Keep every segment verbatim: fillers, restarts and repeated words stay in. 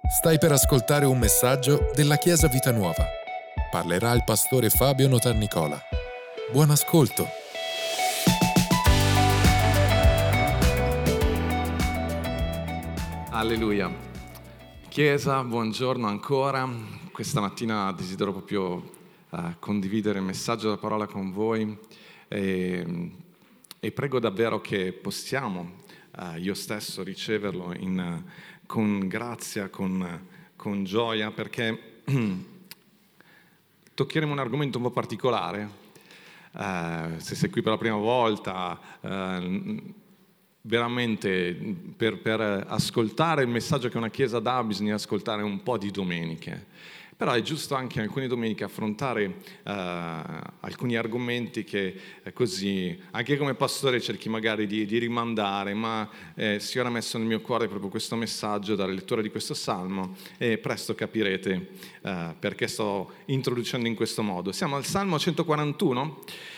Stai per ascoltare un messaggio della Chiesa Vita Nuova. Parlerà il pastore Fabio Notarnicola. Buon ascolto. Alleluia. Chiesa, buongiorno ancora. Questa mattina desidero proprio uh, condividere il messaggio della parola con voi e, e prego davvero che possiamo, uh, io stesso, riceverlo in, con grazia, con, con gioia, perché toccheremo un argomento un po' particolare. Uh, se sei qui per la prima volta, uh, veramente per, per ascoltare il messaggio che una chiesa dà bisogna ascoltare un po' di domeniche. Però è giusto anche alcune domeniche affrontare uh, alcuni argomenti che eh, così, anche come pastore cerchi magari di, di rimandare, ma eh, il Signore ha messo nel mio cuore proprio questo messaggio dalla lettura di questo salmo e presto capirete uh, perché sto introducendo in questo modo. Siamo al Salmo centoquarantuno.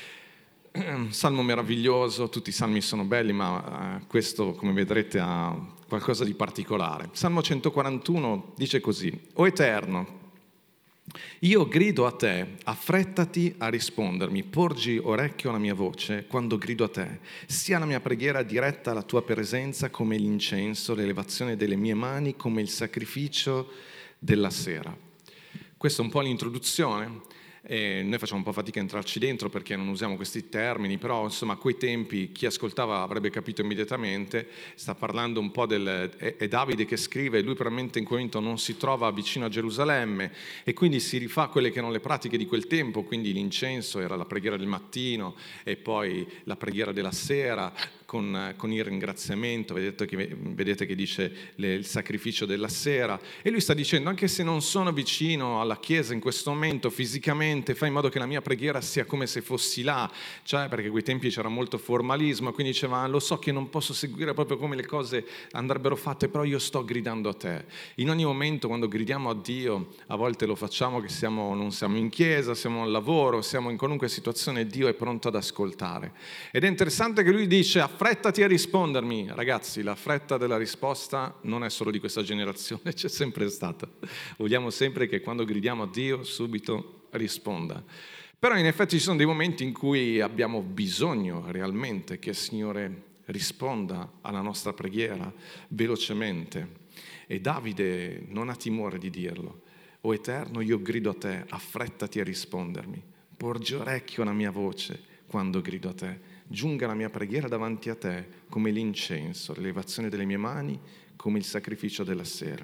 Salmo meraviglioso, tutti i salmi sono belli, ma uh, questo, come vedrete, ha qualcosa di particolare. Salmo centoquarantuno dice così: O Eterno, io grido a te, affrettati a rispondermi, porgi orecchio alla mia voce quando grido a te. Sia la mia preghiera diretta alla tua presenza come l'incenso, l'elevazione delle mie mani come il sacrificio della sera. Questa è un po' l'introduzione. E noi facciamo un po' fatica a entrarci dentro perché non usiamo questi termini, però insomma a quei tempi chi ascoltava avrebbe capito immediatamente. Sta parlando un po' del... è, è Davide che scrive, lui probabilmente in quel momento non si trova vicino a Gerusalemme e quindi si rifà a quelle che erano le pratiche di quel tempo, quindi l'incenso era la preghiera del mattino e poi la preghiera della sera con, con il ringraziamento, vedete che, vedete che dice le, il sacrificio della sera, e lui sta dicendo: anche se non sono vicino alla chiesa in questo momento fisicamente, fai in modo che la mia preghiera sia come se fossi là, cioè perché a quei tempi c'era molto formalismo, quindi diceva: lo so che non posso seguire proprio come le cose andrebbero fatte, però io sto gridando a te. In ogni momento quando gridiamo a Dio, a volte lo facciamo che siamo, non siamo in chiesa, siamo al lavoro, siamo in qualunque situazione, Dio è pronto ad ascoltare. Ed è interessante che lui dice: affrettati a rispondermi. Ragazzi, la fretta della risposta non è solo di questa generazione, c'è sempre stata. Vogliamo sempre che quando gridiamo a Dio subito risponda. Però in effetti ci sono dei momenti in cui abbiamo bisogno realmente che il Signore risponda alla nostra preghiera velocemente. E Davide non ha timore di dirlo: O Eterno, io grido a te, affrettati a rispondermi. Porgi orecchio alla mia voce quando grido a te. Giunga la mia preghiera davanti a te come l'incenso, l'elevazione delle mie mani come il sacrificio della sera.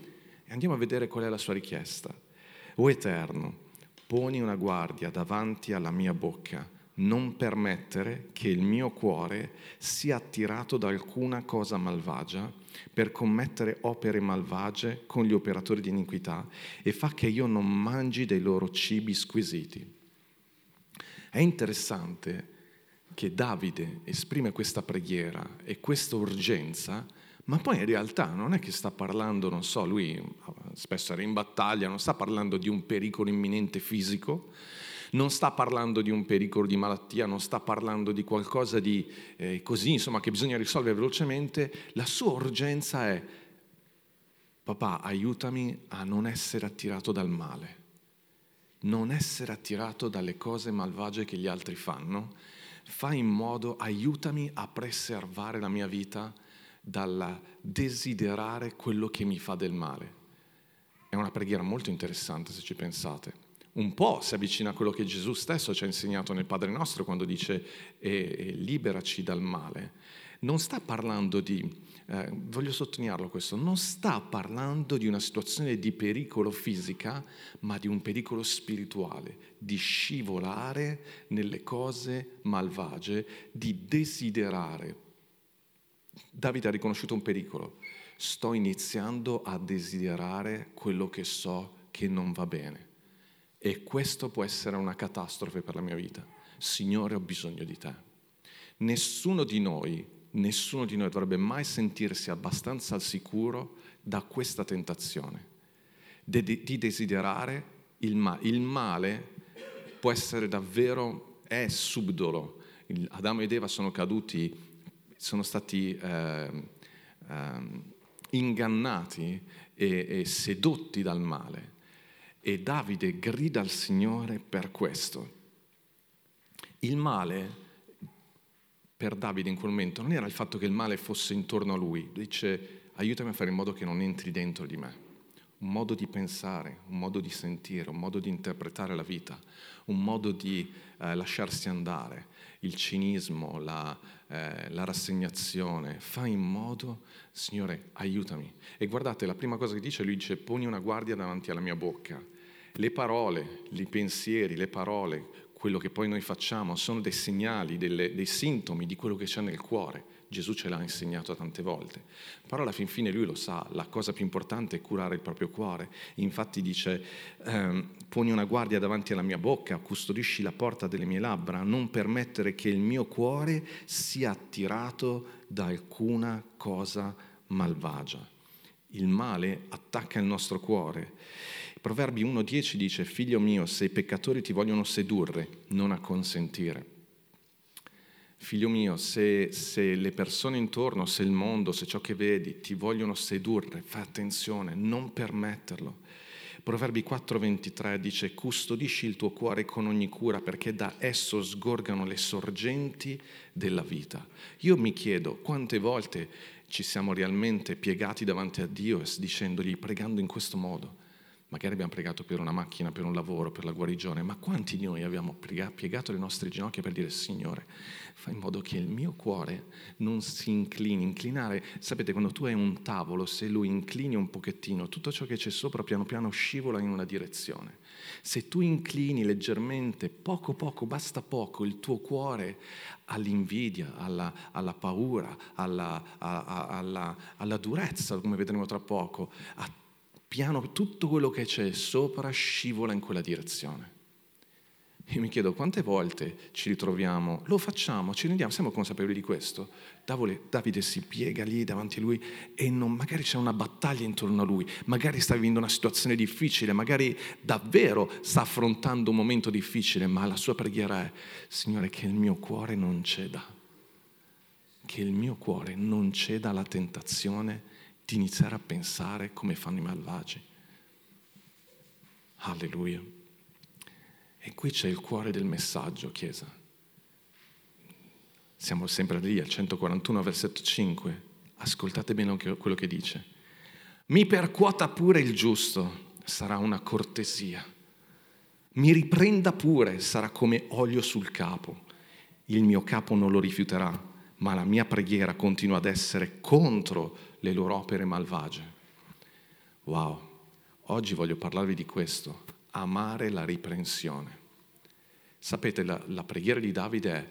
E andiamo a vedere qual è la sua richiesta. O Eterno, poni una guardia davanti alla mia bocca, non permettere che il mio cuore sia attirato da alcuna cosa malvagia per commettere opere malvagie con gli operatori di iniquità, e fa che io non mangi dei loro cibi squisiti. È interessante che Davide esprime questa preghiera e questa urgenza, ma poi in realtà non è che sta parlando, non so, lui spesso era in battaglia, non sta parlando di un pericolo imminente fisico, non sta parlando di un pericolo di malattia, non sta parlando di qualcosa di eh, così, insomma, che bisogna risolvere velocemente. La sua urgenza è: papà, aiutami a non essere attirato dal male, non essere attirato dalle cose malvagie che gli altri fanno. Fai in modo, aiutami a preservare la mia vita dal desiderare quello che mi fa del male. È una preghiera molto interessante se ci pensate. Un po' si avvicina a quello che Gesù stesso ci ha insegnato nel Padre Nostro quando dice e, e liberaci dal male. Non sta parlando di, eh, voglio sottolinearlo questo, non sta parlando di una situazione di pericolo fisica, ma di un pericolo spirituale, di scivolare nelle cose malvagie, di desiderare. Davide ha riconosciuto un pericolo: sto iniziando a desiderare quello che so che non va bene, e questo può essere una catastrofe per la mia vita. Signore, ho bisogno di te. Nessuno di noi Nessuno di noi dovrebbe mai sentirsi abbastanza al sicuro da questa tentazione di, di desiderare il male. Il male può essere davvero, è subdolo. Il, Adamo ed Eva sono caduti, sono stati eh, eh, ingannati e, e sedotti dal male. E Davide grida al Signore per questo. Il male per Davide in quel momento non era il fatto che il male fosse intorno a lui. Dice: aiutami a fare in modo che non entri dentro di me. Un modo di pensare, un modo di sentire, un modo di interpretare la vita, un modo di eh, lasciarsi andare, il cinismo, la, eh, la rassegnazione. Fai in modo, Signore, aiutami. E guardate, la prima cosa che dice, lui dice: poni una guardia davanti alla mia bocca. Le parole, i pensieri, le parole, quello che poi noi facciamo, sono dei segnali, delle, dei sintomi di quello che c'è nel cuore. Gesù ce l'ha insegnato tante volte, però alla fin fine lui lo sa, la cosa più importante è curare il proprio cuore. Infatti dice: ehm, poni una guardia davanti alla mia bocca, custodisci la porta delle mie labbra, non permettere che il mio cuore sia attirato da alcuna cosa malvagia. Il male attacca il nostro cuore. Proverbi uno dieci dice: figlio mio, se i peccatori ti vogliono sedurre, non acconsentire. Figlio mio, se, se le persone intorno, se il mondo, se ciò che vedi ti vogliono sedurre, fai attenzione, non permetterlo. Proverbi quattro ventitré dice: custodisci il tuo cuore con ogni cura, perché da esso sgorgano le sorgenti della vita. Io mi chiedo quante volte ci siamo realmente piegati davanti a Dio dicendogli, pregando in questo modo. Magari abbiamo pregato per una macchina, per un lavoro, per la guarigione, ma quanti di noi abbiamo piegato le nostre ginocchia per dire: Signore, fai in modo che il mio cuore non si inclini. Inclinare, sapete, quando tu hai un tavolo, se lo inclini un pochettino, tutto ciò che c'è sopra piano piano scivola in una direzione. Se tu inclini leggermente, poco poco, basta poco, il tuo cuore all'invidia, alla, alla paura, alla, a, a, alla, alla durezza, come vedremo tra poco, a piano tutto quello che c'è sopra scivola in quella direzione. Io mi chiedo quante volte ci ritroviamo, lo facciamo, ci rendiamo, siamo consapevoli di questo. Davide si piega lì davanti a lui e non, magari c'è una battaglia intorno a lui, magari sta vivendo una situazione difficile, magari davvero sta affrontando un momento difficile, ma la sua preghiera è: Signore, che il mio cuore non ceda, che il mio cuore non ceda alla tentazione di iniziare a pensare come fanno i malvagi. Alleluia. E qui c'è il cuore del messaggio, Chiesa. Siamo sempre lì, al centoquarantuno, versetto cinque. Ascoltate bene quello che dice. Mi percuota pure il giusto, sarà una cortesia. Mi riprenda pure, sarà come olio sul capo. Il mio capo non lo rifiuterà, ma la mia preghiera continua ad essere contro le loro opere malvagie. Wow, oggi voglio parlarvi di questo, amare la riprensione. Sapete, la, la preghiera di Davide è: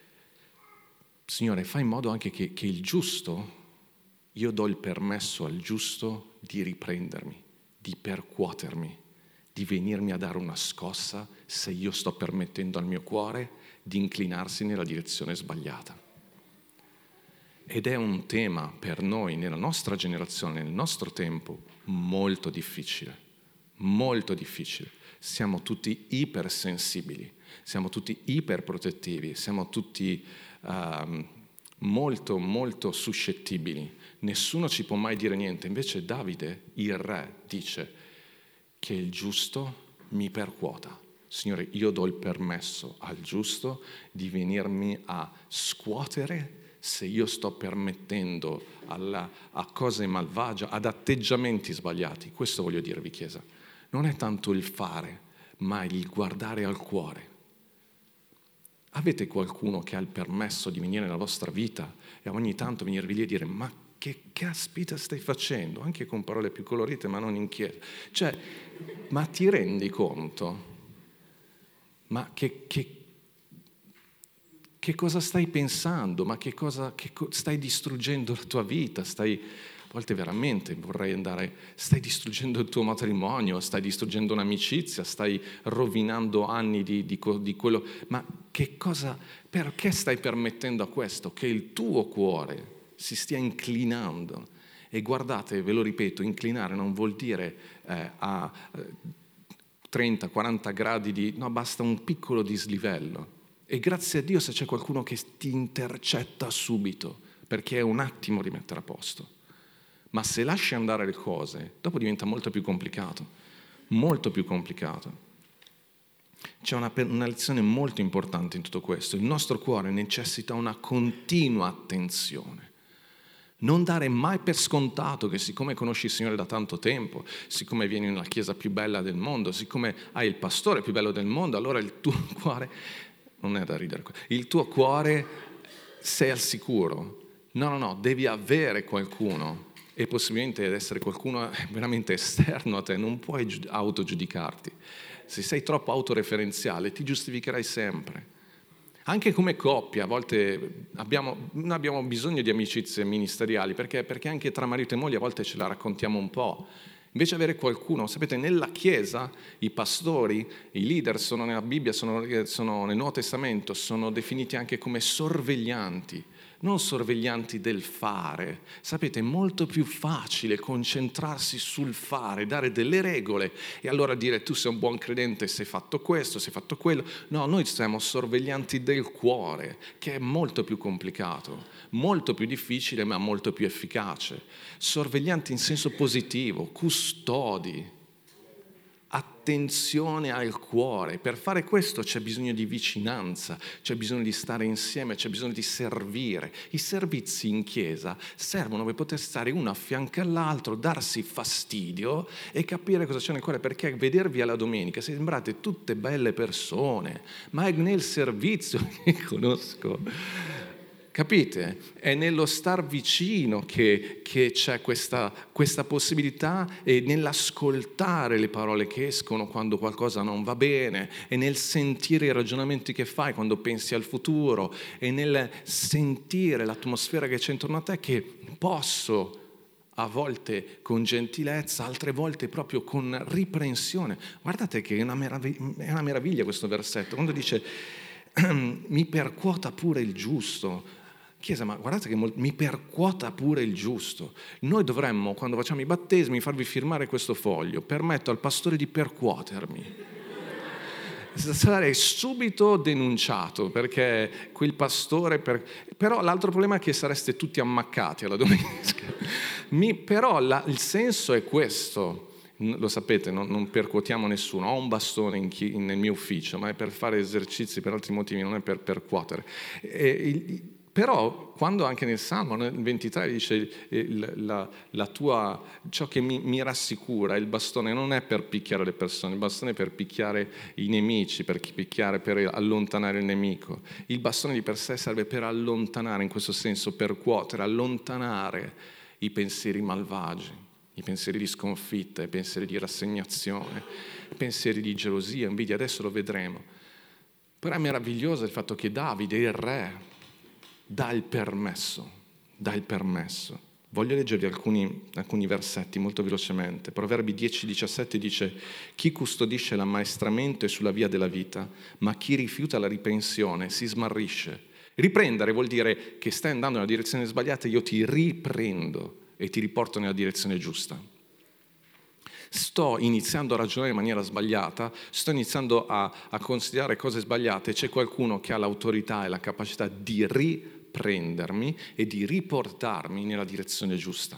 Signore, fai in modo anche che, che il giusto, io do il permesso al giusto di riprendermi, di percuotermi, di venirmi a dare una scossa se io sto permettendo al mio cuore di inclinarsi nella direzione sbagliata. Ed è un tema per noi, nella nostra generazione, nel nostro tempo, molto difficile, molto difficile. Siamo tutti ipersensibili, siamo tutti iperprotettivi, siamo tutti uh, molto, molto suscettibili. Nessuno ci può mai dire niente. Invece Davide, il re, dice che il giusto mi percuota. Signore, io do il permesso al giusto di venirmi a scuotere se io sto permettendo alla, a cose malvagie, ad atteggiamenti sbagliati. Questo voglio dirvi, Chiesa. Non è tanto il fare, ma il guardare al cuore. Avete qualcuno che ha il permesso di venire nella vostra vita e ogni tanto venirvi lì e dire: ma che caspita stai facendo? Anche con parole più colorite, ma non in chiesa. Cioè, ma ti rendi conto? Ma che... che Che cosa stai pensando? Ma che cosa che co- stai distruggendo la tua vita? Stai, a volte veramente vorrei andare, stai distruggendo il tuo matrimonio, stai distruggendo un'amicizia, stai rovinando anni di, di, di quello. Ma che cosa, perché stai permettendo a questo? Che il tuo cuore si stia inclinando. E guardate, ve lo ripeto, inclinare non vuol dire eh, a trenta quaranta gradi di, no, basta un piccolo dislivello. E grazie a Dio se c'è qualcuno che ti intercetta subito, perché è un attimo di mettere a posto. Ma se lasci andare le cose, dopo diventa molto più complicato, molto più complicato. C'è una, una lezione molto importante in tutto questo. Il nostro cuore necessita una continua attenzione. Non dare mai per scontato che siccome conosci il Signore da tanto tempo, siccome vieni nella chiesa più bella del mondo, siccome hai il pastore più bello del mondo, allora il tuo cuore, non è da ridere, il tuo cuore sei al sicuro. No, no, no, devi avere qualcuno e possibilmente essere qualcuno veramente esterno a te, non puoi autogiudicarti. Se sei troppo autoreferenziale ti giustificherai sempre. Anche come coppia, a volte abbiamo, non abbiamo bisogno di amicizie ministeriali, perché, perché anche tra marito e moglie a volte ce la raccontiamo un po'. Invece avere qualcuno, sapete, nella Chiesa i pastori, i leader sono nella Bibbia, sono, sono nel Nuovo Testamento, sono definiti anche come sorveglianti, non sorveglianti del fare. Sapete, è molto più facile concentrarsi sul fare, dare delle regole e allora dire tu sei un buon credente se hai fatto questo, se hai fatto quello. No, noi siamo sorveglianti del cuore, che è molto più complicato, molto più difficile ma molto più efficace. Sorveglianti in senso positivo, custodi. Attenzione al cuore. Per fare questo c'è bisogno di vicinanza, c'è bisogno di stare insieme, c'è bisogno di servire. I servizi in chiesa servono per poter stare uno a fianco all'altro, darsi fastidio e capire cosa c'è nel cuore, perché vedervi alla domenica sembrate tutte belle persone, ma è nel servizio che conosco. Capite? È nello star vicino che, che c'è questa, questa possibilità e nell'ascoltare le parole che escono quando qualcosa non va bene e nel sentire i ragionamenti che fai quando pensi al futuro e nel sentire l'atmosfera che c'è intorno a te, che posso a volte con gentilezza, altre volte proprio con riprensione. Guardate che è una meraviglia, è una meraviglia questo versetto, quando dice mi percuota pure il giusto. Chiesa, ma guardate che molt- mi percuota pure il giusto. Noi dovremmo, quando facciamo i battesimi, farvi firmare questo foglio. Permetto al pastore di percuotermi. Sarei subito denunciato, perché quel pastore... Per... Però l'altro problema è che sareste tutti ammaccati alla domenica. Mi... Però la... il senso è questo. Lo sapete, non, non percuotiamo nessuno. Ho un bastone in chi... nel mio ufficio, ma è per fare esercizi per altri motivi, non è per percuotere. E il... Però quando anche nel Salmo, nel ventitré, dice la, la tua, ciò che mi, mi rassicura, il bastone non è per picchiare le persone, il bastone è per picchiare i nemici, per picchiare, per allontanare il nemico. Il bastone di per sé serve per allontanare, in questo senso, percuotere, allontanare i pensieri malvagi, i pensieri di sconfitta, i pensieri di rassegnazione, i pensieri di gelosia, invidia, adesso lo vedremo. Però è meraviglioso il fatto che Davide, il re, dà il permesso, dà il permesso. Voglio leggervi alcuni, alcuni versetti molto velocemente. Proverbi dieci diciassette dice: chi custodisce l'ammaestramento è sulla via della vita, ma chi rifiuta la riprensione si smarrisce. Riprendere vuol dire che stai andando nella direzione sbagliata, io ti riprendo e ti riporto nella direzione giusta. Sto iniziando a ragionare in maniera sbagliata, sto iniziando a, a considerare cose sbagliate, c'è qualcuno che ha l'autorità e la capacità di riprendermi e di riportarmi nella direzione giusta.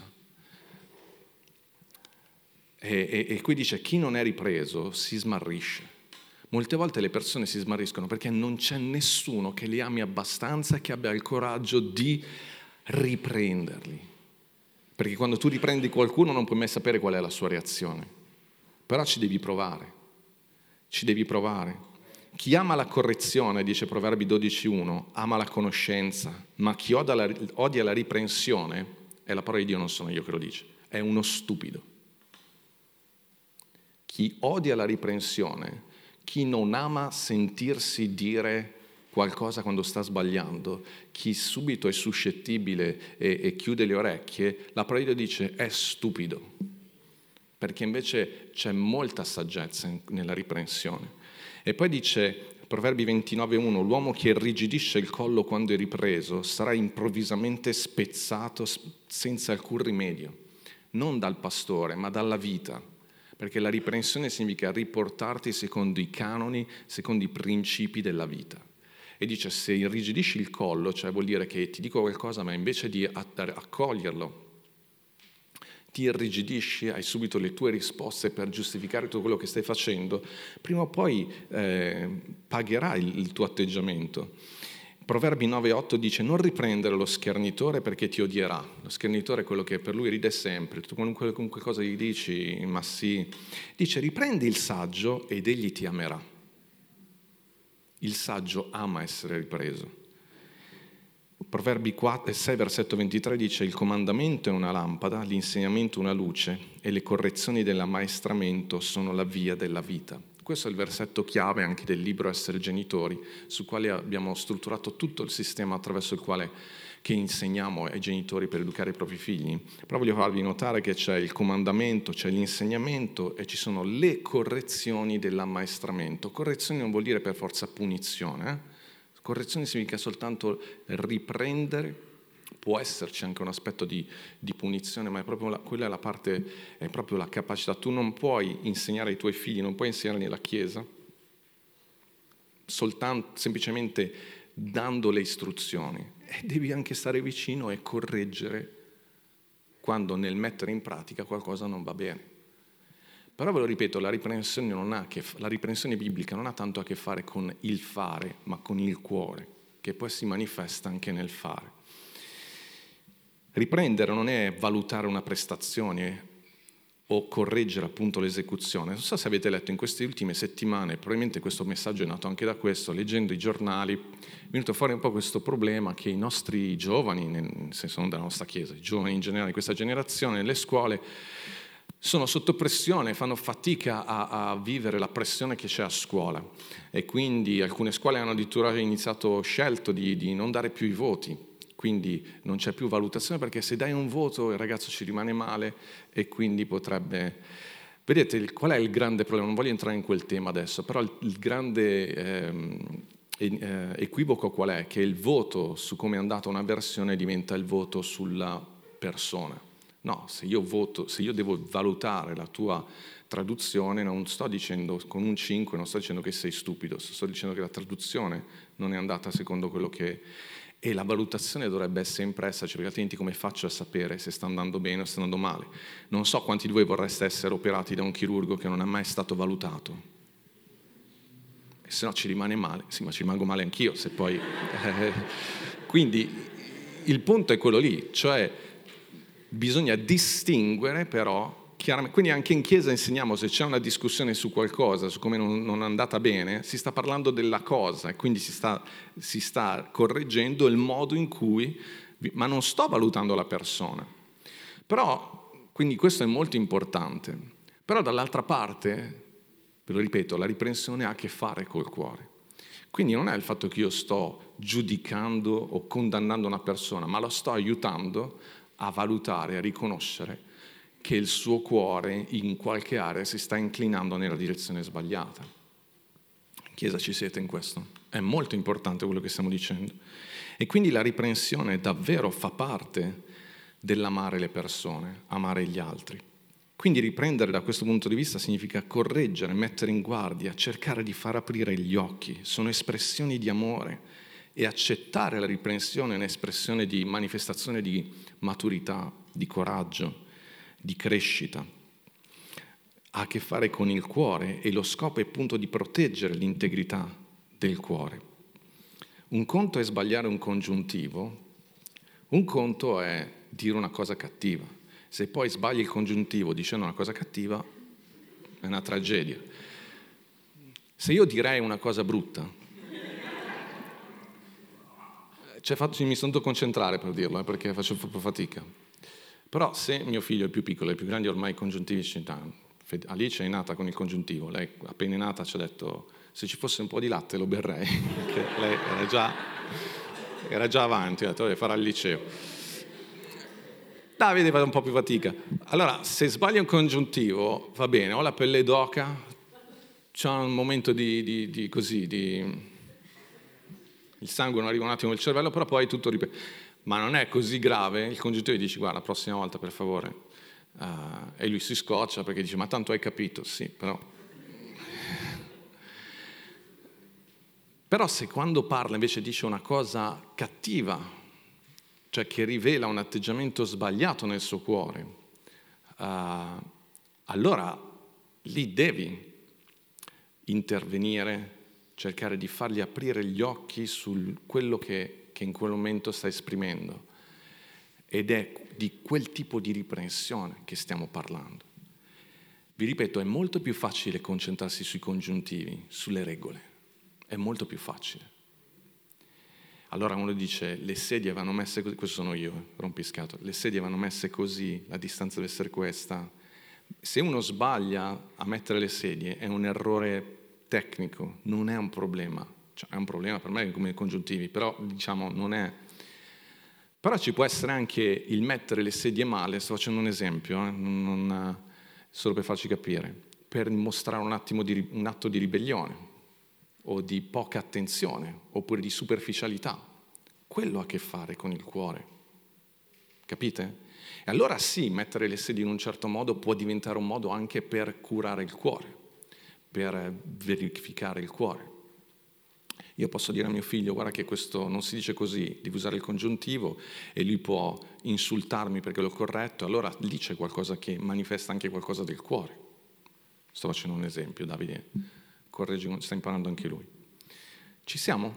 E, e, e qui dice: chi non è ripreso si smarrisce. Molte volte le persone si smarriscono perché non c'è nessuno che li ami abbastanza e che abbia il coraggio di riprenderli. Perché quando tu riprendi qualcuno non puoi mai sapere qual è la sua reazione. Però ci devi provare. Ci devi provare. Chi ama la correzione, dice Proverbi dodici uno, ama la conoscenza, ma chi odia la, odia la riprensione, è la parola di Dio, non sono io che lo dice, è uno stupido. Chi odia la riprensione, chi non ama sentirsi dire qualcosa quando sta sbagliando, chi subito è suscettibile e, e chiude le orecchie, la parola di Dio dice è stupido, perché invece c'è molta saggezza in, nella riprensione. E poi dice, Proverbi ventinove uno, l'uomo che irrigidisce il collo quando è ripreso sarà improvvisamente spezzato senza alcun rimedio, non dal pastore ma dalla vita, perché la riprensione significa riportarti secondo i canoni, secondo i principi della vita. E dice, se irrigidisci il collo, cioè vuol dire che ti dico qualcosa, ma invece di accoglierlo, ti irrigidisci, hai subito le tue risposte per giustificare tutto quello che stai facendo, prima o poi eh, pagherai il, il tuo atteggiamento. Proverbi nove otto dice: non riprendere lo schernitore perché ti odierà. Lo schernitore è quello che per lui ride sempre, tu qualunque, qualunque cosa gli dici, ma sì. Dice: riprendi il saggio ed egli ti amerà. Il saggio ama essere ripreso. Proverbi sei, versetto ventitré dice: il comandamento è una lampada, l'insegnamento una luce e le correzioni dell'ammaestramento sono la via della vita. Questo è il versetto chiave anche del libro Essere genitori, su quale abbiamo strutturato tutto il sistema attraverso il quale che insegniamo ai genitori per educare i propri figli. Però voglio farvi notare che c'è il comandamento, c'è l'insegnamento e ci sono le correzioni dell'ammaestramento. Correzioni non vuol dire per forza punizione, eh? Correzione significa soltanto riprendere. Può esserci anche un aspetto di, di punizione, ma è proprio la, quella è la parte, è proprio la capacità. Tu non puoi insegnare ai tuoi figli, non puoi insegnarli nella Chiesa, soltanto, semplicemente dando le istruzioni. E devi anche stare vicino e correggere quando nel mettere in pratica qualcosa non va bene. Però ve lo ripeto, la riprensione, non ha che, la riprensione biblica non ha tanto a che fare con il fare, ma con il cuore, che poi si manifesta anche nel fare. Riprendere non è valutare una prestazione o correggere appunto l'esecuzione. Non so se avete letto in queste ultime settimane, probabilmente questo messaggio è nato anche da questo, leggendo i giornali, è venuto fuori un po' questo problema che i nostri giovani, nel senso non della nostra Chiesa, i giovani in generale di questa generazione, nelle scuole, sono sotto pressione, fanno fatica a, a vivere la pressione che c'è a scuola e quindi alcune scuole hanno addirittura iniziato, scelto di, di non dare più i voti. Quindi non c'è più valutazione perché se dai un voto il ragazzo ci rimane male e quindi potrebbe... Vedete, qual è il grande problema? Non voglio entrare in quel tema adesso, però il, il grande ehm, eh, equivoco qual è? Che il voto su come è andata una versione diventa il voto sulla persona. No, se io voto, se io devo valutare la tua traduzione, non sto dicendo con un cinque, non sto dicendo che sei stupido, sto dicendo che la traduzione non è andata secondo quello che... E la valutazione dovrebbe sempre esserci, perché altrimenti come faccio a sapere se sta andando bene o sta andando male? Non so quanti di voi vorreste essere operati da un chirurgo che non è mai stato valutato. E se no ci rimane male. Sì, ma ci rimango male anch'io, se poi... Eh, quindi il punto è quello lì, cioè bisogna distinguere però... Chiaramente, quindi anche in Chiesa insegniamo, se c'è una discussione su qualcosa, su come non, non è andata bene, si sta parlando della cosa e quindi si sta, si sta correggendo il modo in cui, ma non sto valutando la persona. Però, quindi questo è molto importante. Però dall'altra parte, ve lo ripeto, la riprensione ha a che fare col cuore. Quindi non è il fatto che io sto giudicando o condannando una persona, ma lo sto aiutando a valutare, a riconoscere che il suo cuore in qualche area si sta inclinando nella direzione sbagliata. In Chiesa ci siete in questo? È molto importante quello che stiamo dicendo. E quindi la riprensione davvero fa parte dell'amare le persone, amare gli altri. Quindi riprendere da questo punto di vista significa correggere, mettere in guardia, cercare di far aprire gli occhi. Sono espressioni di amore e accettare la riprensione è un'espressione di manifestazione di maturità, di coraggio, di crescita, ha a che fare con il cuore e lo scopo è appunto di proteggere l'integrità del cuore. Un conto è sbagliare un congiuntivo, un conto è dire una cosa cattiva. Se poi sbagli il congiuntivo dicendo una cosa cattiva, è una tragedia. Se io direi una cosa brutta, cioè, mi sono dovuto concentrare per dirlo, eh, perché faccio proprio fatica. Però se mio figlio è più piccolo e più grande ormai i congiuntivi ci danno. Alice è nata con il congiuntivo, lei appena è nata ci ha detto se ci fosse un po' di latte lo berrei, perché lei era già, era già avanti, ha detto che farà il liceo. Davide fa un po' più fatica. Allora, se sbaglia un congiuntivo, va bene, ho la pelle d'oca, c'è un momento di, di, di così, di... il sangue non arriva un attimo nel cervello, però poi tutto ripete. Ma non è così grave, il congiuntivo dice guarda, la prossima volta per favore, uh, e lui si scoccia perché dice ma tanto hai capito, sì, però... Però se quando parla invece dice una cosa cattiva, cioè che rivela un atteggiamento sbagliato nel suo cuore, uh, allora lì devi intervenire, cercare di fargli aprire gli occhi su quello che, che in quel momento sta esprimendo. Ed è di quel tipo di riprensione che stiamo parlando. Vi ripeto, è molto più facile concentrarsi sui congiuntivi, sulle regole. È molto più facile. Allora uno dice, le sedie vanno messe così, questo sono io, eh, rompiscato, le sedie vanno messe così, la distanza deve essere questa. Se uno sbaglia a mettere le sedie è un errore tecnico, non è un problema. Cioè, è un problema per me come congiuntivi, però diciamo non è... Però ci può essere anche il mettere le sedie male, sto facendo un esempio, eh, non, non, solo per farci capire, per mostrare un, attimo di, un atto di ribellione o di poca attenzione oppure di superficialità. Quello ha a che fare con il cuore, capite? E allora sì, mettere le sedie in un certo modo può diventare un modo anche per curare il cuore, per verificare il cuore. Io posso dire a mio figlio, guarda che questo non si dice così, devi usare il congiuntivo, e lui può insultarmi perché l'ho corretto, allora lì c'è qualcosa che manifesta anche qualcosa del cuore. Sto facendo un esempio, Davide, correggi, sta imparando anche lui. Ci siamo?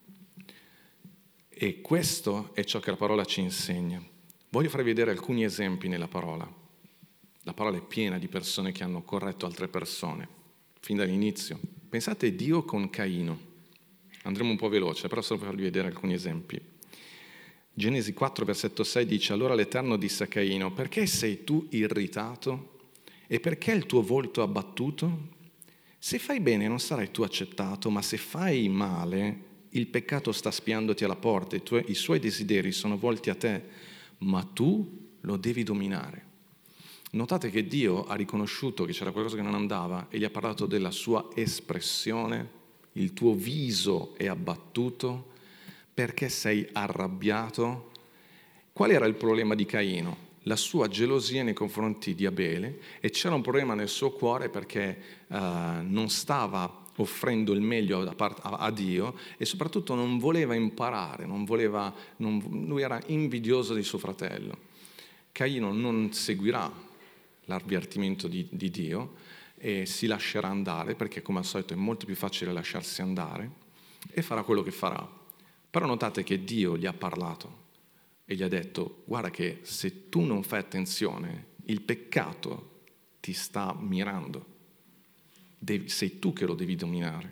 E questo è ciò che la parola ci insegna. Voglio farvi vedere alcuni esempi nella parola. La parola è piena di persone che hanno corretto altre persone, fin dall'inizio. Pensate a Dio con Caino. Andremo un po' veloce, però solo per farvi vedere alcuni esempi. Genesi quattro, versetto sei dice, allora l'Eterno disse a Caino, perché sei tu irritato e perché il tuo volto abbattuto? Se fai bene non sarai tu accettato, ma se fai male, il peccato sta spiandoti alla porta, i, tuoi, i suoi desideri sono volti a te, ma tu lo devi dominare. Notate che Dio ha riconosciuto che c'era qualcosa che non andava e gli ha parlato della sua espressione. Il tuo viso è abbattuto perché sei arrabbiato. Qual era il problema di Caino? La sua gelosia nei confronti di Abele, e c'era un problema nel suo cuore perché uh, non stava offrendo il meglio da part- a-, a Dio e soprattutto non voleva imparare, non voleva, non, lui era invidioso di suo fratello. Caino non seguirà l'avvertimento di, di Dio e si lascerà andare, perché come al solito è molto più facile lasciarsi andare, e farà quello che farà. Però notate che Dio gli ha parlato e gli ha detto, guarda che se tu non fai attenzione, il peccato ti sta mirando, devi, sei tu che lo devi dominare.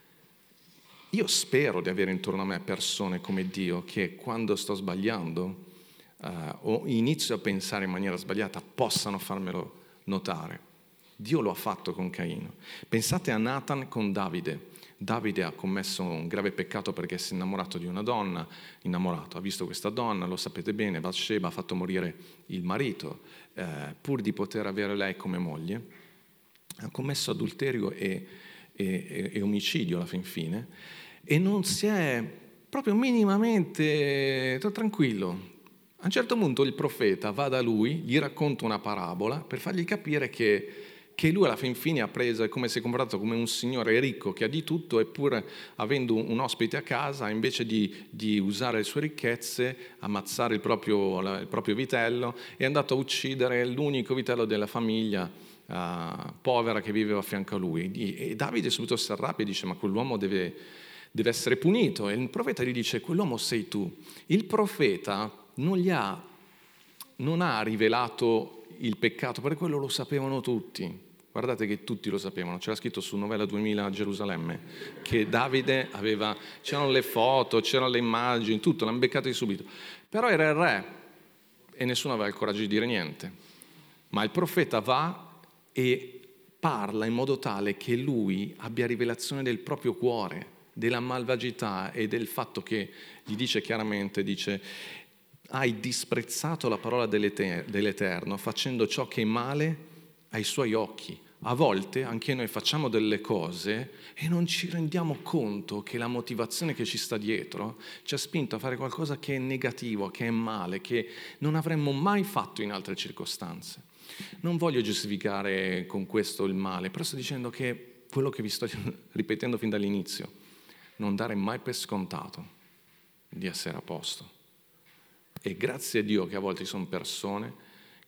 Io spero di avere intorno a me persone come Dio che quando sto sbagliando uh, o inizio a pensare in maniera sbagliata possano farmelo notare. Dio lo ha fatto con Caino. Pensate a Nathan con Davide. Davide ha commesso un grave peccato perché si è innamorato di una donna, innamorato, ha visto questa donna, lo sapete bene, Batsheba ha fatto morire il marito, eh, pur di poter avere lei come moglie, ha commesso adulterio e, e, e omicidio alla fin fine, e non si è proprio minimamente tranquillo. A un certo punto il profeta va da lui, gli racconta una parabola per fargli capire che che lui alla fin fine ha preso, è come si è comportato come un signore ricco che ha di tutto, eppure avendo un ospite a casa, invece di, di usare le sue ricchezze, ammazzare il proprio, il proprio vitello, è andato a uccidere l'unico vitello della famiglia uh, povera che viveva a fianco a lui. E Davide subito si arrabbia e dice, ma quell'uomo deve, deve essere punito. E il profeta gli dice, quell'uomo sei tu. Il profeta non gli ha, non ha rivelato il peccato, perché quello lo sapevano tutti. Guardate che tutti lo sapevano, c'era scritto su Novella duemila a Gerusalemme che Davide aveva, c'erano le foto, c'erano le immagini, tutto, l'hanno beccato subito. Però era il re e nessuno aveva il coraggio di dire niente. Ma il profeta va e parla in modo tale che lui abbia rivelazione del proprio cuore, della malvagità e del fatto che gli dice chiaramente, dice, hai disprezzato la parola dell'Eterno facendo ciò che è male ai suoi occhi. A volte anche noi facciamo delle cose e non ci rendiamo conto che la motivazione che ci sta dietro ci ha spinto a fare qualcosa che è negativo, che è male, che non avremmo mai fatto in altre circostanze. Non voglio giustificare con questo il male, però sto dicendo che quello che vi sto ripetendo fin dall'inizio, non dare mai per scontato di essere a posto. E grazie a Dio che a volte ci sono persone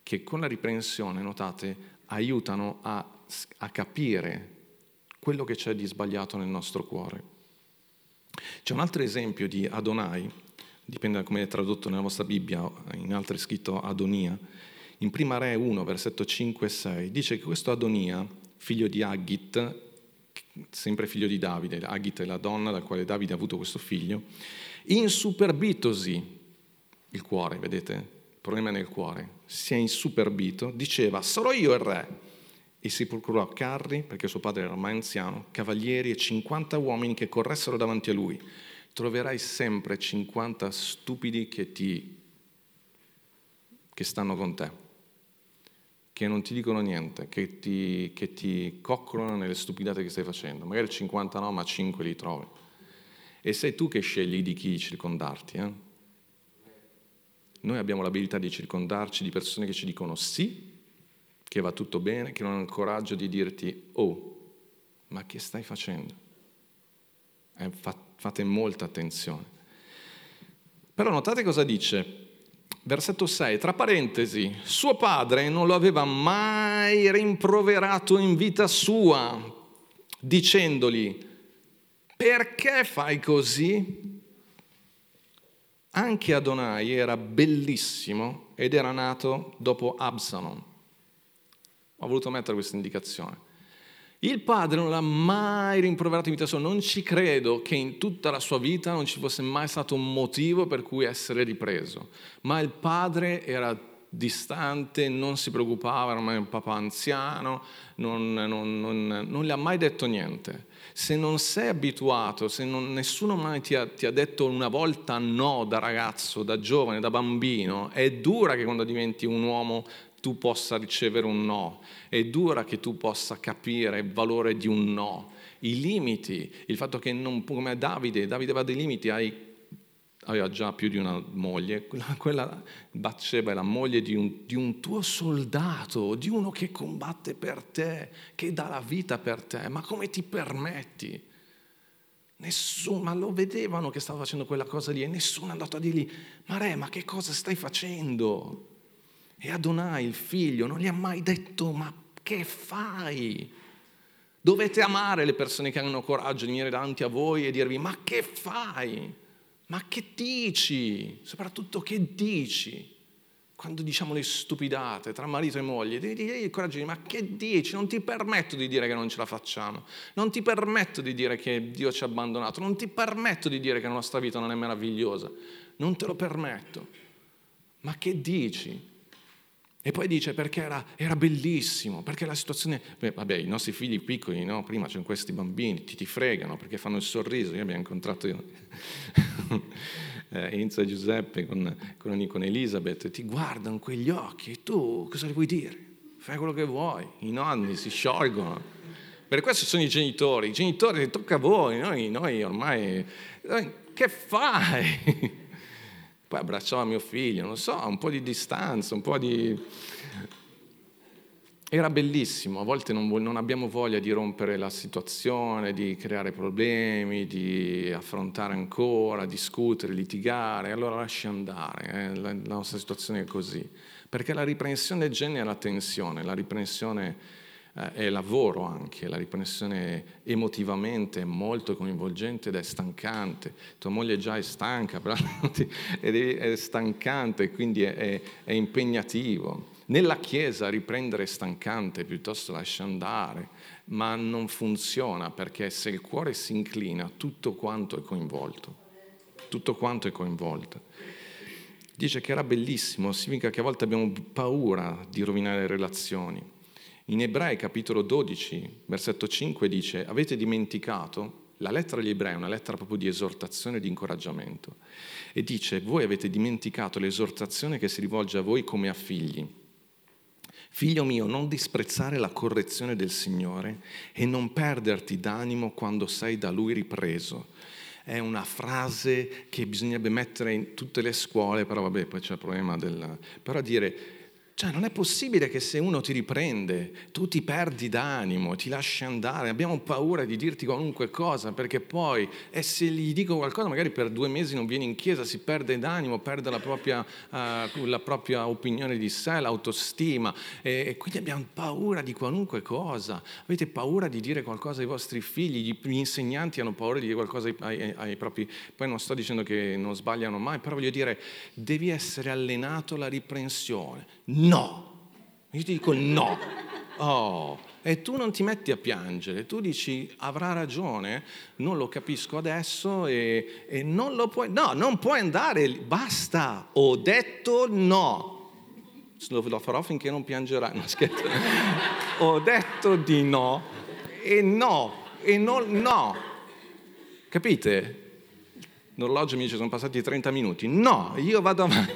che con la riprensione, notate, aiutano a, a capire quello che c'è di sbagliato nel nostro cuore. C'è un altro esempio di Adonai, dipende da come è tradotto nella vostra Bibbia, in altri è scritto Adonia. In Prima Re uno, versetto cinque e sei, dice che questo Adonia, figlio di Haggit, sempre figlio di Davide, Haggit è la donna dal quale Davide ha avuto questo figlio, insuperbitosi il cuore, vedete? Il problema è nel cuore. Si è insuperbito, diceva, sarò io il re. E si procurò carri, perché suo padre era ormai anziano, cavalieri e cinquanta uomini che corressero davanti a lui. Troverai sempre cinquanta stupidi che ti che stanno con te, che non ti dicono niente, che ti, che ti coccolano nelle stupidate che stai facendo. Magari cinquanta no, ma cinque li trovi. E sei tu che scegli di chi circondarti. Eh? Noi abbiamo l'abilità di circondarci di persone che ci dicono sì, che va tutto bene, che non hanno il coraggio di dirti oh, ma che stai facendo? Eh, fa, fate molta attenzione. Però notate cosa dice. Versetto sei, tra parentesi, suo padre non lo aveva mai rimproverato in vita sua, dicendogli, perché fai così? Anche Adonai era bellissimo ed era nato dopo Absalom. Ho voluto mettere questa indicazione. Il padre non l'ha mai rimproverato in vita sua, non ci credo che in tutta la sua vita non ci fosse mai stato un motivo per cui essere ripreso, ma il padre era distante, non si preoccupava, era ormai un papà anziano, non, non, non, non le ha mai detto niente. Se non sei abituato, se non, nessuno mai ti ha, ti ha detto una volta no da ragazzo, da giovane, da bambino, è dura che quando diventi un uomo tu possa ricevere un no, è dura che tu possa capire il valore di un no, i limiti, il fatto che non, come Davide, Davide aveva dei limiti, hai, aveva già più di una moglie, quella, quella Batsheba è la moglie di un, di un tuo soldato, di uno che combatte per te, che dà la vita per te, ma come ti permetti? Nessuno, ma lo vedevano che stava facendo quella cosa lì e nessuno è andato a dirgli, ma re, ma che cosa stai facendo? E Adonai, il figlio, non gli ha mai detto, ma che fai? Dovete amare le persone che hanno coraggio di venire davanti a voi e dirvi, ma che fai? Ma che dici? Soprattutto che dici? Quando diciamo le stupidate tra marito e moglie, devi avere il coraggio di dire, ma che dici? Non ti permetto di dire che non ce la facciamo, non ti permetto di dire che Dio ci ha abbandonato, non ti permetto di dire che la nostra vita non è meravigliosa, non te lo permetto. Ma che dici? E poi dice perché era, era bellissimo, perché la situazione... Beh, vabbè, i nostri figli piccoli, no? Prima c'erano questi bambini, ti ti fregano perché fanno il sorriso. Io abbiamo incontrato io, eh, Enzo e Giuseppe con, con, con Elisabeth, ti guardano quegli occhi e tu cosa gli vuoi dire? Fai quello che vuoi, i nonni si sciolgono. Per questo sono i genitori, i genitori tocca a voi, noi, noi ormai... Che fai? Poi abbracciava mio figlio, non so, un po' di distanza, un po' di... Era bellissimo, a volte non, non abbiamo voglia di rompere la situazione, di creare problemi, di affrontare ancora, discutere, litigare, allora lasci andare, eh? la, la nostra situazione è così. Perché la riprensione genera tensione, la riprensione... è lavoro anche, la riprensione emotivamente è molto coinvolgente ed è stancante. Tua moglie già è stanca, però è stancante, quindi è, è, è impegnativo. Nella Chiesa riprendere è stancante, piuttosto lascia andare, ma non funziona perché se il cuore si inclina tutto quanto è coinvolto, tutto quanto è coinvolto. Dice che era bellissimo, significa che a volte abbiamo paura di rovinare le relazioni. In Ebrei capitolo dodici, versetto cinque dice, avete dimenticato, la lettera agli Ebrei è una lettera proprio di esortazione e di incoraggiamento, e dice, voi avete dimenticato l'esortazione che si rivolge a voi come a figli. Figlio mio, non disprezzare la correzione del Signore e non perderti d'animo quando sei da Lui ripreso. È una frase che bisognerebbe mettere in tutte le scuole, però vabbè, poi c'è il problema del... Però dire... Cioè, non è possibile che se uno ti riprende, tu ti perdi d'animo, ti lasci andare. Abbiamo paura di dirti qualunque cosa, perché poi, e se gli dico qualcosa, magari per due mesi non viene in chiesa, si perde d'animo, perde la propria, uh, la propria opinione di sé, l'autostima. E, e quindi abbiamo paura di qualunque cosa. Avete paura di dire qualcosa ai vostri figli, gli insegnanti hanno paura di dire qualcosa ai, ai, ai propri... Poi non sto dicendo che non sbagliano mai, però voglio dire, devi essere allenato alla riprensione. No, io ti dico no, oh, e tu non ti metti a piangere, tu dici avrà ragione, non lo capisco adesso e, e non lo puoi, no, non puoi andare, basta, ho detto no, lo, lo farò finché non piangerai, no scherzo, ho detto di no e no, e non no, capite? L'orologio mi dice sono passati trenta minuti, no, io vado avanti.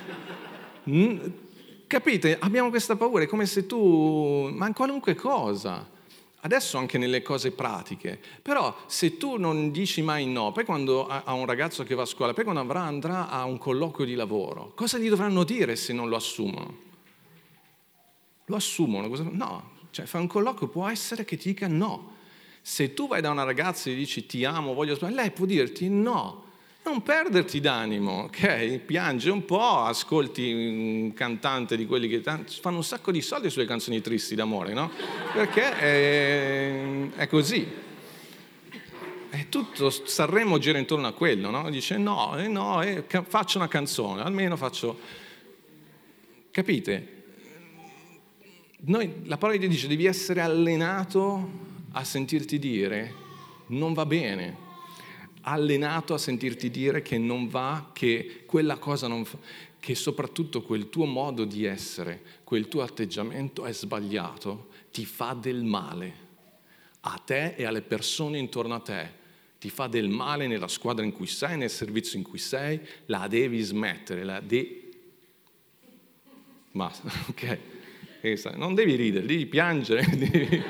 Capite? Abbiamo questa paura, è come se tu, ma in qualunque cosa, adesso anche nelle cose pratiche, però se tu non dici mai no, poi quando ha un ragazzo che va a scuola, poi quando avrà, andrà a un colloquio di lavoro, cosa gli dovranno dire se non lo assumono? Lo assumono? Cosa? No, cioè fa un colloquio, può essere che ti dica no. Se tu vai da una ragazza e gli dici ti amo, voglio sbagliare, lei può dirti no. Non perderti d'animo, ok? Piange un po', ascolti un cantante di quelli che fanno un sacco di soldi sulle canzoni tristi d'amore, no? Perché è, è così. E tutto Sanremo gira intorno a quello, no? Dice no, eh no, eh, faccio una canzone, almeno faccio... Capite? Noi, la parola di Dio dice devi essere allenato a sentirti dire non va bene. Allenato a sentirti dire che non va, che quella cosa non fa, che soprattutto quel tuo modo di essere, quel tuo atteggiamento è sbagliato, ti fa del male a te e alle persone intorno a te, ti fa del male nella squadra in cui sei, nel servizio in cui sei, la devi smettere, la de... Basta, ok? Non devi ridere, devi piangere, devi...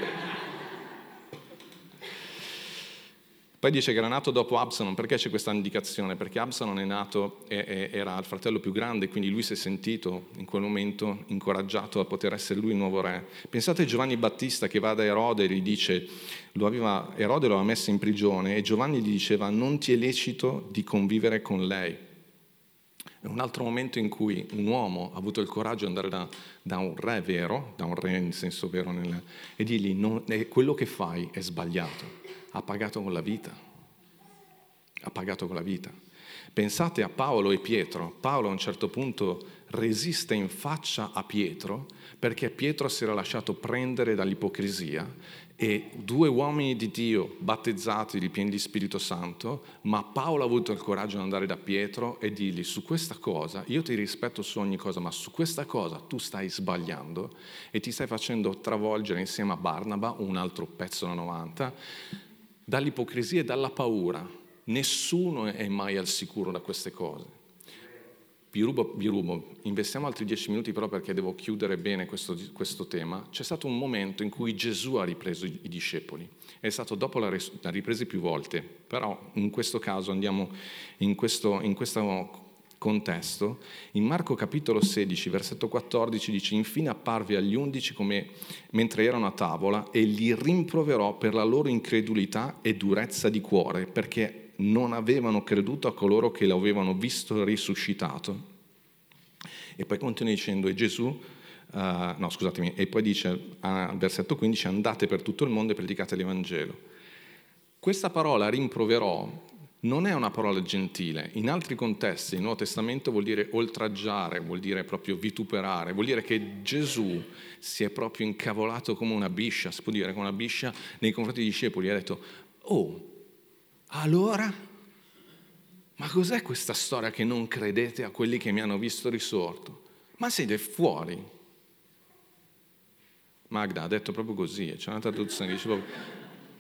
Poi dice che era nato dopo Absalom. Perché c'è questa indicazione? Perché Absalom è nato, e, e, era il fratello più grande, quindi lui si è sentito in quel momento incoraggiato a poter essere lui il nuovo re. Pensate a Giovanni Battista che va da Erode e gli dice, lo aveva, Erode lo aveva messo in prigione e Giovanni gli diceva non ti è lecito di convivere con lei. È un altro momento in cui un uomo ha avuto il coraggio di andare da, da un re vero, da un re in senso vero, nel, e dirgli non, eh, quello che fai è sbagliato. Ha pagato con la vita, ha pagato con la vita. Pensate a Paolo e Pietro. Paolo a un certo punto resiste in faccia a Pietro perché Pietro si era lasciato prendere dall'ipocrisia e due uomini di Dio battezzati, ripieni di Spirito Santo, ma Paolo ha avuto il coraggio di andare da Pietro e dirgli su questa cosa, io ti rispetto su ogni cosa, ma su questa cosa tu stai sbagliando e ti stai facendo travolgere insieme a Barnaba, un altro pezzo da novanta, dall'ipocrisia e dalla paura. Nessuno è mai al sicuro da queste cose. Vi rubo, vi rubo. Investiamo altri dieci minuti però perché devo chiudere bene questo, questo tema. C'è stato un momento in cui Gesù ha ripreso i, i discepoli. È stato dopo la res- l'ha ripresi più volte, però in questo caso andiamo in questo, in questo contesto. In Marco capitolo sedici, versetto quattordici dice infine apparve agli undici come mentre erano a tavola e li rimproverò per la loro incredulità e durezza di cuore perché non avevano creduto a coloro che lo avevano visto risuscitato. E poi continua dicendo e Gesù uh, no scusatemi e poi dice al versetto quindici andate per tutto il mondo e predicate l'Evangelo. Questa parola rimproverò non è una parola gentile. In altri contesti, il Nuovo Testamento vuol dire oltraggiare, vuol dire proprio vituperare, vuol dire che Gesù si è proprio incavolato come una biscia, si può dire come una biscia nei confronti dei discepoli, ha detto, oh, allora? Ma cos'è questa storia che non credete a quelli che mi hanno visto risorto? Ma siete fuori? Magda ha detto proprio così, c'è una traduzione che dice proprio...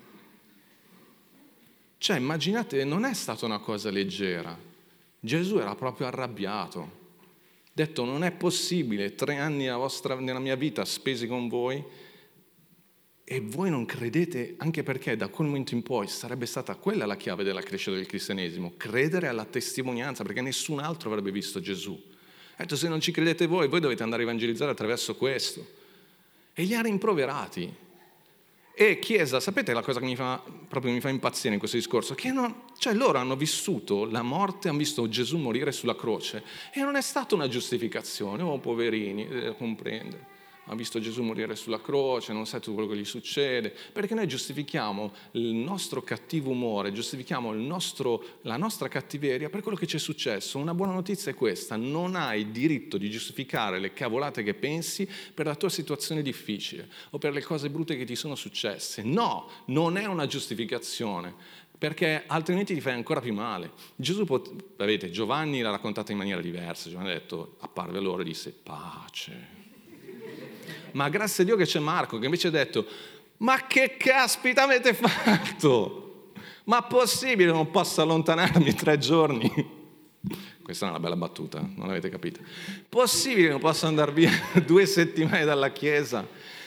Cioè, immaginate, non è stata una cosa leggera. Gesù era proprio arrabbiato. Ha detto, non è possibile, tre anni nella, vostra, nella mia vita spesi con voi e voi non credete, anche perché da quel momento in poi sarebbe stata quella la chiave della crescita del cristianesimo, credere alla testimonianza, perché nessun altro avrebbe visto Gesù. Ha detto, se non ci credete voi, voi dovete andare a evangelizzare attraverso questo. E li ha rimproverati. E Chiesa, sapete la cosa che mi fa, proprio mi fa impazzire in questo discorso? Che non, cioè loro hanno vissuto la morte, hanno visto Gesù morire sulla croce e non è stata una giustificazione, oh poverini, eh, comprendere. Ha visto Gesù morire sulla croce, non sa tutto quello che gli succede, perché noi giustifichiamo il nostro cattivo umore, giustifichiamo il nostro, la nostra cattiveria per quello che ci è successo. Una buona notizia è questa: non hai diritto di giustificare le cavolate che pensi per la tua situazione difficile o per le cose brutte che ti sono successe. No, non è una giustificazione, perché altrimenti ti fai ancora più male. Gesù, pot- vedete, Giovanni l'ha raccontata in maniera diversa. Giovanni ha detto, apparve loro e disse pace. Ma grazie a Dio che c'è Marco, che invece ha detto, ma che caspita avete fatto? Ma possibile non posso allontanarmi tre giorni? Questa è una bella battuta, non l'avete capita. Possibile che non posso andare via due settimane dalla chiesa?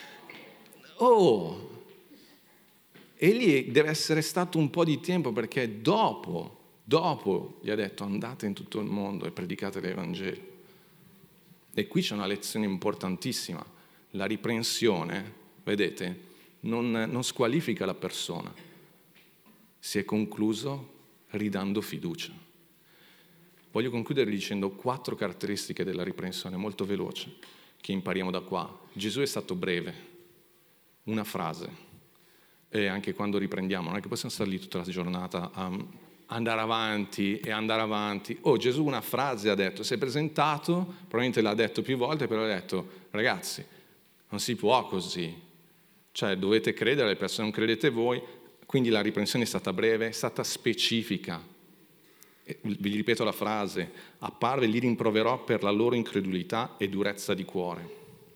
Oh! E lì deve essere stato un po' di tempo, perché dopo, dopo gli ha detto, andate in tutto il mondo e predicate l'Evangelo. E qui c'è una lezione importantissima. La riprensione, vedete, non, non squalifica la persona. Si è concluso ridando fiducia. Voglio concludere dicendo quattro caratteristiche della riprensione, molto veloce, che impariamo da qua. Gesù è stato breve, una frase, e anche quando riprendiamo, non è che possiamo stare lì tutta la giornata a andare avanti e andare avanti. Oh, Gesù una frase ha detto, si è presentato, probabilmente l'ha detto più volte, però ha detto, ragazzi, non si può così, cioè dovete credere alle persone, non credete voi, quindi la riprensione è stata breve, è stata specifica. E vi ripeto la frase, apparve, li rimproverò per la loro incredulità e durezza di cuore,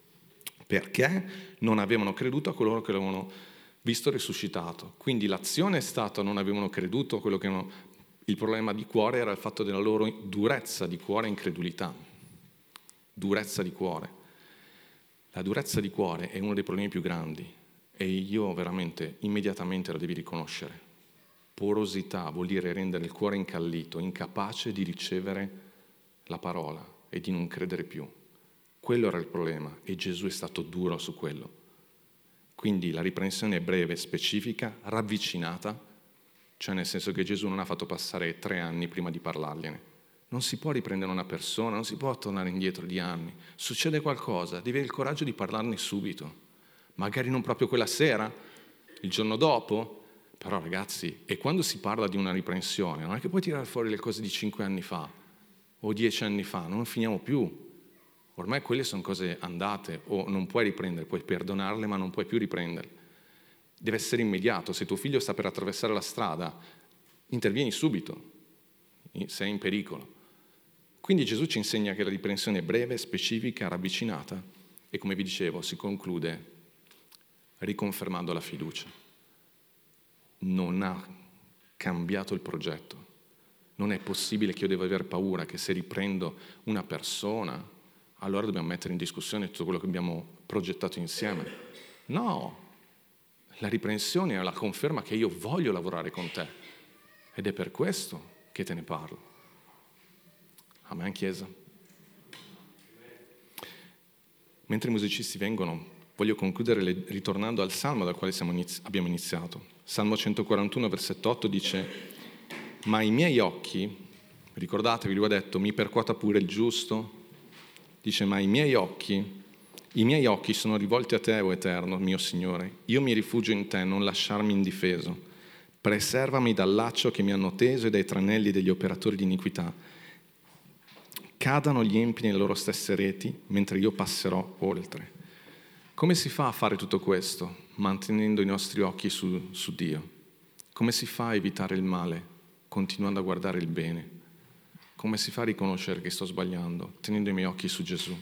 perché non avevano creduto a coloro che l'avevano visto risuscitato. Quindi l'azione è stata, non avevano creduto a quello che avevano, il problema di cuore era il fatto della loro durezza di cuore e incredulità. Durezza di cuore. La durezza di cuore è uno dei problemi più grandi e io veramente immediatamente la devi riconoscere. Porosità vuol dire rendere il cuore incallito, incapace di ricevere la parola e di non credere più. Quello era il problema e Gesù è stato duro su quello. Quindi la riprensione è breve, specifica, ravvicinata, cioè nel senso che Gesù non ha fatto passare tre anni prima di parlargliene. Non si può riprendere una persona, non si può tornare indietro di anni. Succede qualcosa, devi avere il coraggio di parlarne subito. Magari non proprio quella sera, il giorno dopo, però ragazzi, e quando si parla di una riprensione, non è che puoi tirare fuori le cose di cinque anni fa o dieci anni fa, non finiamo più. Ormai quelle sono cose andate, o non puoi riprendere, puoi perdonarle, ma non puoi più riprenderle. Deve essere immediato. Se tuo figlio sta per attraversare la strada, intervieni subito, sei in pericolo. Quindi Gesù ci insegna che la riprensione è breve, specifica, ravvicinata e, come vi dicevo, si conclude riconfermando la fiducia. Non ha cambiato il progetto. Non è possibile che io devo aver paura che se riprendo una persona, allora dobbiamo mettere in discussione tutto quello che abbiamo progettato insieme. No, la riprensione è la conferma che io voglio lavorare con te ed è per questo che te ne parlo. Amen, Chiesa. Mentre i musicisti vengono, voglio concludere le, ritornando al Salmo dal quale siamo inizi- abbiamo iniziato. Salmo centoquarantuno, versetto otto dice: ma i miei occhi, ricordatevi, lui ha detto, mi percuota pure il giusto, dice, ma i miei occhi, i miei occhi sono rivolti a te, o Eterno, mio Signore, io mi rifugio in te, non lasciarmi indifeso, preservami dal laccio che mi hanno teso e dai tranelli degli operatori di iniquità. Cadano gli empi nelle loro stesse reti, mentre io passerò oltre. Come si fa a fare tutto questo? Mantenendo i nostri occhi su, su Dio. Come si fa a evitare il male? Continuando a guardare il bene. Come si fa a riconoscere che sto sbagliando? Tenendo i miei occhi su Gesù.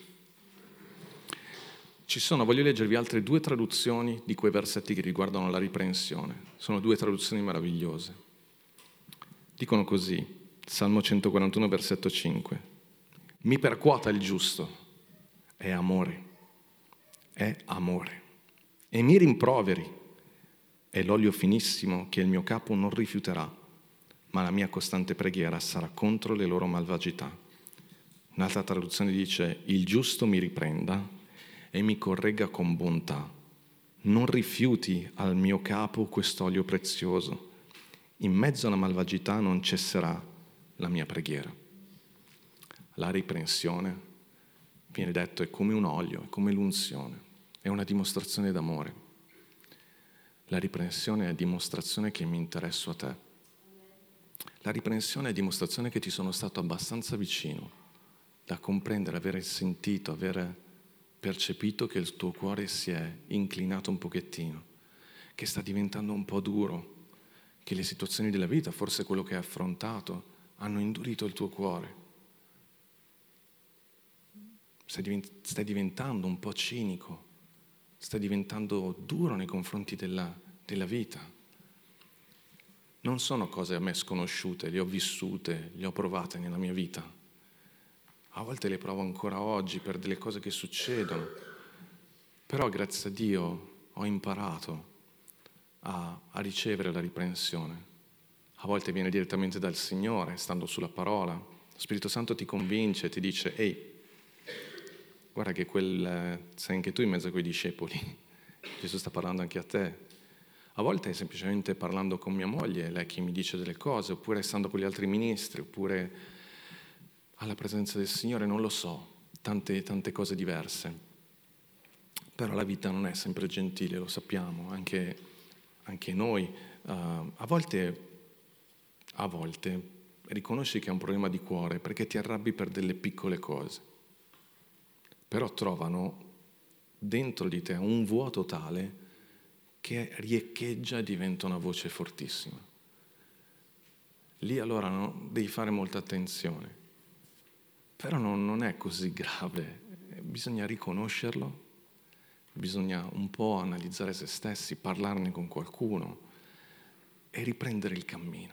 Ci sono, voglio leggervi altre due traduzioni di quei versetti che riguardano la riprensione. Sono due traduzioni meravigliose. Dicono così, Salmo centoquarantuno, versetto cinque. Mi percuota il giusto, è amore, è amore. E mi rimproveri, è l'olio finissimo che il mio capo non rifiuterà, ma la mia costante preghiera sarà contro le loro malvagità. Un'altra traduzione dice: il giusto mi riprenda e mi corregga con bontà. Non rifiuti al mio capo quest'olio prezioso. In mezzo alla malvagità non cesserà la mia preghiera. La riprensione, viene detto, è come un olio, è come l'unzione, è una dimostrazione d'amore. La riprensione è dimostrazione che mi interesso a te. La riprensione è dimostrazione che ti sono stato abbastanza vicino da comprendere, avere sentito, avere percepito che il tuo cuore si è inclinato un pochettino, che sta diventando un po' duro, che le situazioni della vita, forse quello che hai affrontato, hanno indurito il tuo cuore. Stai diventando un po' cinico, stai diventando duro nei confronti della, della vita. Non sono cose a me sconosciute, le ho vissute, le ho provate nella mia vita. A volte le provo ancora oggi per delle cose che succedono, però grazie a Dio ho imparato a, a ricevere la riprensione. A volte viene direttamente dal Signore, stando sulla parola. Lo Spirito Santo ti convince, ti dice: ehi, guarda che quel, sei anche tu in mezzo a quei discepoli, Gesù sta parlando anche a te. A volte è semplicemente parlando con mia moglie, lei che mi dice delle cose, oppure stando con gli altri ministri, oppure alla presenza del Signore, non lo so, tante, tante cose diverse. Però la vita non è sempre gentile, lo sappiamo, anche, anche noi. Uh, a volte, a volte riconosci che è un problema di cuore perché ti arrabbi per delle piccole cose. Però trovano dentro di te un vuoto tale che riecheggia e diventa una voce fortissima. Lì allora no, devi fare molta attenzione. Però non, non è così grave, bisogna riconoscerlo, bisogna un po' analizzare se stessi, parlarne con qualcuno e riprendere il cammino.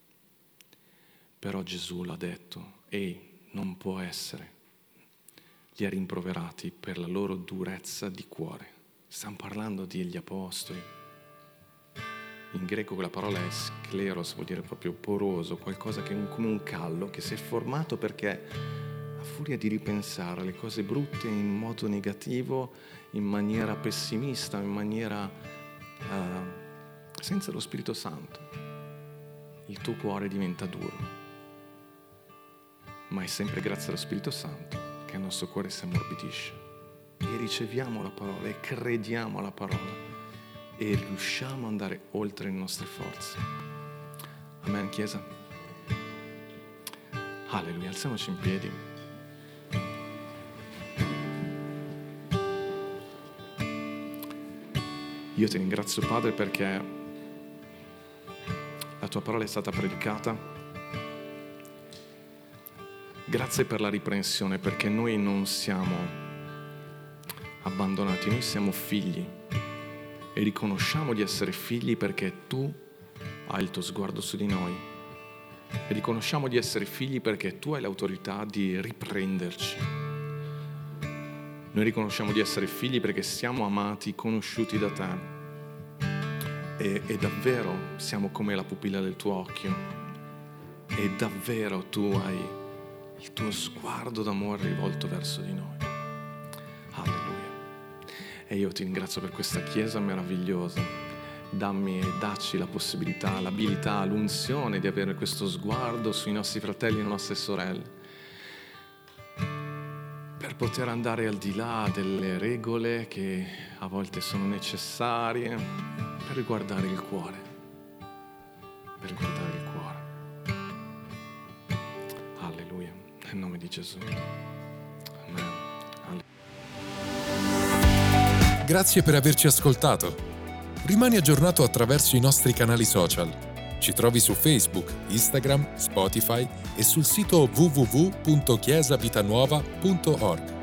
Però Gesù l'ha detto: ehi, non può essere. Li ha rimproverati per la loro durezza di cuore. Stiamo parlando degli apostoli. In greco quella parola è scleros, vuol dire proprio poroso, qualcosa che è come un callo che si è formato perché a furia di ripensare alle cose brutte in modo negativo, in maniera pessimista, in maniera uh, senza lo Spirito Santo, il tuo cuore diventa duro. Ma è sempre grazie allo Spirito Santo che il nostro cuore si ammorbidisce e riceviamo la parola e crediamo alla parola e riusciamo ad andare oltre le nostre forze. Amen, Chiesa? Alleluia, alziamoci in piedi. Io ti ringrazio, Padre, perché la tua parola è stata predicata. Grazie per la riprensione, perché noi non siamo abbandonati, noi siamo figli e riconosciamo di essere figli perché tu hai il tuo sguardo su di noi e riconosciamo di essere figli perché tu hai l'autorità di riprenderci. Noi riconosciamo di essere figli perché siamo amati, conosciuti da te e, e davvero siamo come la pupilla del tuo occhio e davvero tu hai il tuo sguardo d'amore rivolto verso di noi. Alleluia. E io ti ringrazio per questa Chiesa meravigliosa. Dammi e dacci la possibilità, l'abilità, l'unzione di avere questo sguardo sui nostri fratelli e le nostre sorelle, per poter andare al di là delle regole che a volte sono necessarie, per riguardare il cuore, per riguardare il cuore. Alleluia, nel nome di Gesù. Amen. Alleluia. Grazie per averci ascoltato. Rimani aggiornato attraverso i nostri canali social. Ci trovi su Facebook, Instagram, Spotify e sul sito w w w punto chiesa vitanuova punto org.